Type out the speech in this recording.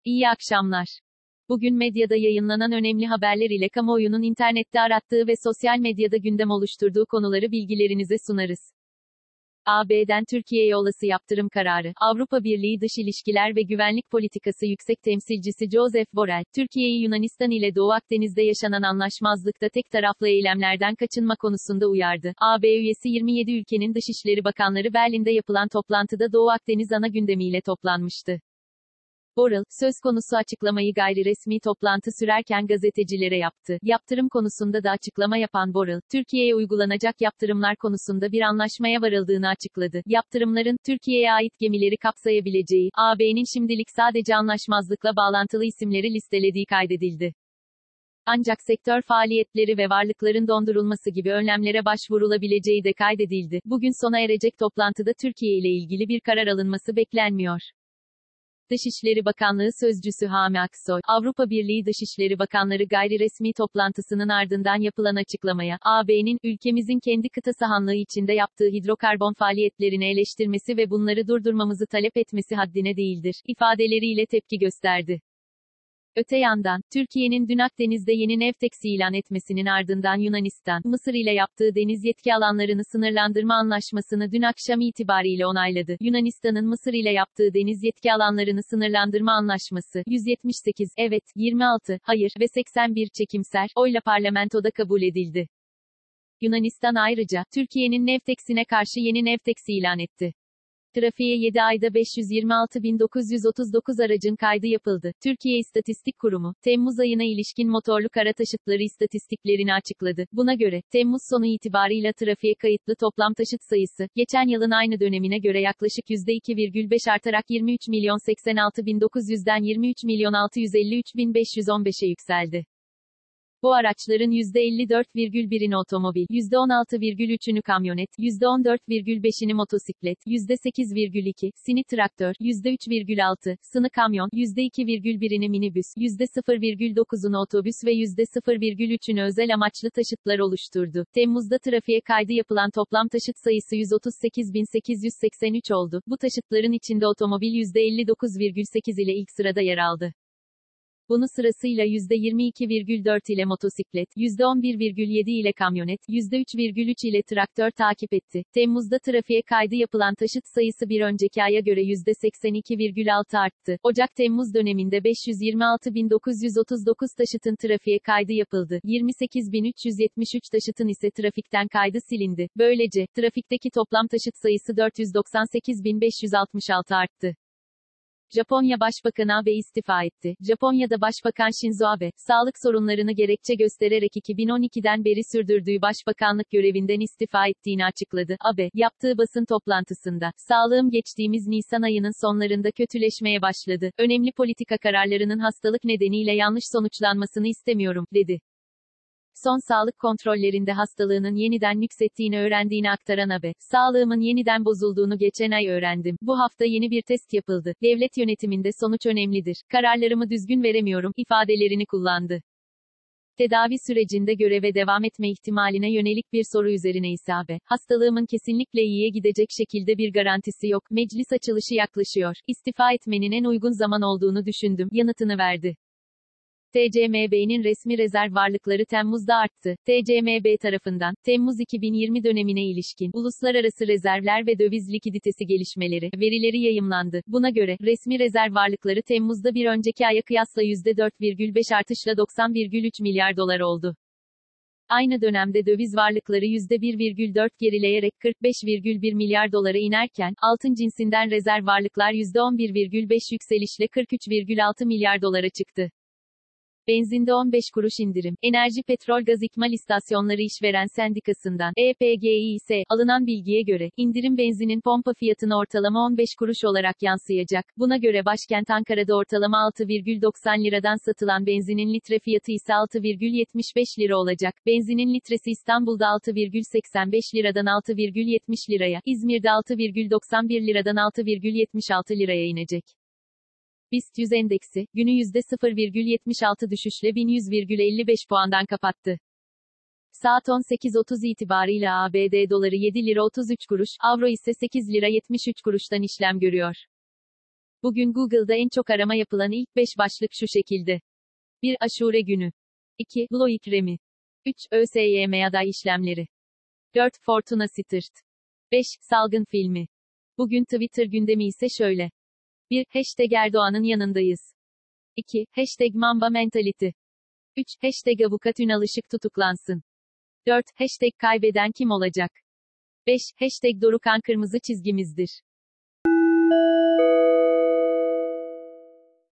İyi akşamlar. Bugün medyada yayınlanan önemli haberler ile kamuoyunun internette arattığı ve sosyal medyada gündem oluşturduğu konuları bilgilerinize sunarız. AB'den Türkiye'ye olası yaptırım kararı. Avrupa Birliği Dış İlişkiler ve Güvenlik Politikası Yüksek Temsilcisi Josep Borrell, Türkiye'yi Yunanistan ile Doğu Akdeniz'de yaşanan anlaşmazlıkta tek taraflı eylemlerden kaçınma konusunda uyardı. AB üyesi 27 ülkenin Dışişleri Bakanları Berlin'de yapılan toplantıda Doğu Akdeniz ana gündemiyle toplanmıştı. Borrell, söz konusu açıklamayı gayri resmi toplantı sürerken gazetecilere yaptı. Yaptırım konusunda da açıklama yapan Borrell, Türkiye'ye uygulanacak yaptırımlar konusunda bir anlaşmaya varıldığını açıkladı. Yaptırımların, Türkiye'ye ait gemileri kapsayabileceği, AB'nin şimdilik sadece anlaşmazlıkla bağlantılı isimleri listelediği kaydedildi. Ancak sektör faaliyetleri ve varlıkların dondurulması gibi önlemlere başvurulabileceği de kaydedildi. Bugün sona erecek toplantıda Türkiye ile ilgili bir karar alınması beklenmiyor. Dışişleri Bakanlığı Sözcüsü Hami Aksoy, Avrupa Birliği Dışişleri Bakanları gayri resmi toplantısının ardından yapılan açıklamaya, AB'nin, ülkemizin kendi kıta sahanlığı içinde yaptığı hidrokarbon faaliyetlerini eleştirmesi ve bunları durdurmamızı talep etmesi haddine değildir, ifadeleriyle tepki gösterdi. Öte yandan, Türkiye'nin dün Akdeniz'de yeni Nevtex ilan etmesinin ardından Yunanistan, Mısır ile yaptığı deniz yetki alanlarını sınırlandırma anlaşmasını dün akşam itibariyle onayladı. Yunanistan'ın Mısır ile yaptığı deniz yetki alanlarını sınırlandırma anlaşması, 178, evet, 26, hayır ve 81 çekimser, oyla parlamentoda kabul edildi. Yunanistan ayrıca, Türkiye'nin Nevtex'ine karşı yeni Nevtex ilan etti. Trafiğe 7 ayda 526.939 aracın kaydı yapıldı. Türkiye İstatistik Kurumu, Temmuz ayına ilişkin motorlu kara taşıtları istatistiklerini açıkladı. Buna göre, Temmuz sonu itibarıyla trafiğe kayıtlı toplam taşıt sayısı, geçen yılın aynı dönemine göre yaklaşık %2,5 artarak 23.086.900'den 23.653.515'e yükseldi. Bu araçların %54,1'ini otomobil, %16,3'ünü kamyonet, %14,5'ini motosiklet, %8,2'sini traktör, %3,6'sını kamyon, %2,1'ini minibüs, %0,9'unu otobüs ve %0,3'ünü özel amaçlı taşıtlar oluşturdu. Temmuz'da trafiğe kaydı yapılan toplam taşıt sayısı 138.883 oldu. Bu taşıtların içinde otomobil %59,8 ile ilk sırada yer aldı. Bunu sırasıyla %22,4 ile motosiklet, %11,7 ile kamyonet, %3,3 ile traktör takip etti. Temmuz'da trafiğe kaydı yapılan taşıt sayısı bir önceki aya göre %82,6 arttı. Ocak-Temmuz döneminde 526.939 taşıtın trafiğe kaydı yapıldı. 28.373 taşıtın ise trafikten kaydı silindi. Böylece, trafikteki toplam taşıt sayısı 498.566 arttı. Japonya Başbakanı Abe istifa etti. Japonya'da Başbakan Shinzo Abe, sağlık sorunlarını gerekçe göstererek 2012'den beri sürdürdüğü başbakanlık görevinden istifa ettiğini açıkladı. Abe, yaptığı basın toplantısında, sağlığım geçtiğimiz Nisan ayının sonlarında kötüleşmeye başladı. Önemli politika kararlarının hastalık nedeniyle yanlış sonuçlanmasını istemiyorum, dedi. Son sağlık kontrollerinde hastalığının yeniden yükselttiğini öğrendiğini aktaran Abe, sağlığımın yeniden bozulduğunu geçen ay öğrendim. Bu hafta yeni bir test yapıldı. Devlet yönetiminde sonuç önemlidir. Kararlarımı düzgün veremiyorum, ifadelerini kullandı. Tedavi sürecinde göreve devam etme ihtimaline yönelik bir soru üzerine ise Abe, hastalığımın kesinlikle iyiye gidecek şekilde bir garantisi yok. Meclis açılışı yaklaşıyor. İstifa etmenin en uygun zaman olduğunu düşündüm, yanıtını verdi. TCMB'nin resmi rezerv varlıkları Temmuz'da arttı. TCMB tarafından, Temmuz 2020 dönemine ilişkin, uluslararası rezervler ve döviz likiditesi gelişmeleri, verileri yayımlandı. Buna göre, resmi rezerv varlıkları Temmuz'da bir önceki aya kıyasla %4,5 artışla 90,3 milyar dolar oldu. Aynı dönemde döviz varlıkları %1,4 gerileyerek 45,1 milyar dolara inerken, altın cinsinden rezerv varlıklar %11,5 yükselişle 43,6 milyar dolara çıktı. Benzinde 15 kuruş indirim. Enerji Petrol Gaz İkmal İstasyonları İşveren Sendikası'ndan, EPGİS, alınan bilgiye göre, indirim benzinin pompa fiyatına ortalama 15 kuruş olarak yansıyacak. Buna göre başkent Ankara'da ortalama 6,90 liradan satılan benzinin litre fiyatı ise 6,75 lira olacak. Benzinin litresi İstanbul'da 6,85 liradan 6,70 liraya, İzmir'de 6,91 liradan 6,76 liraya inecek. BIST 100 endeksi, günü %0,76 düşüşle 1100,55 puandan kapattı. Saat 18.30 itibarıyla ABD doları 7 lira 33 kuruş, avro ise 8 lira 73 kuruştan işlem görüyor. Bugün Google'da en çok arama yapılan ilk 5 başlık şu şekilde. 1. Aşure günü. 2. Loic Remy. 3. ÖSYM aday işlemleri. 4. Fortuna Sittard. 5. Salgın filmi. Bugün Twitter gündemi ise şöyle. 1. Hashtag Erdoğan'ın yanındayız. 2. Hashtag Mamba Mentality. 3. Hashtag Avukat Ünal Işık tutuklansın. 4. Hashtag Kaybeden kim olacak? 5. Hashtag Dorukhan kırmızı çizgimizdir.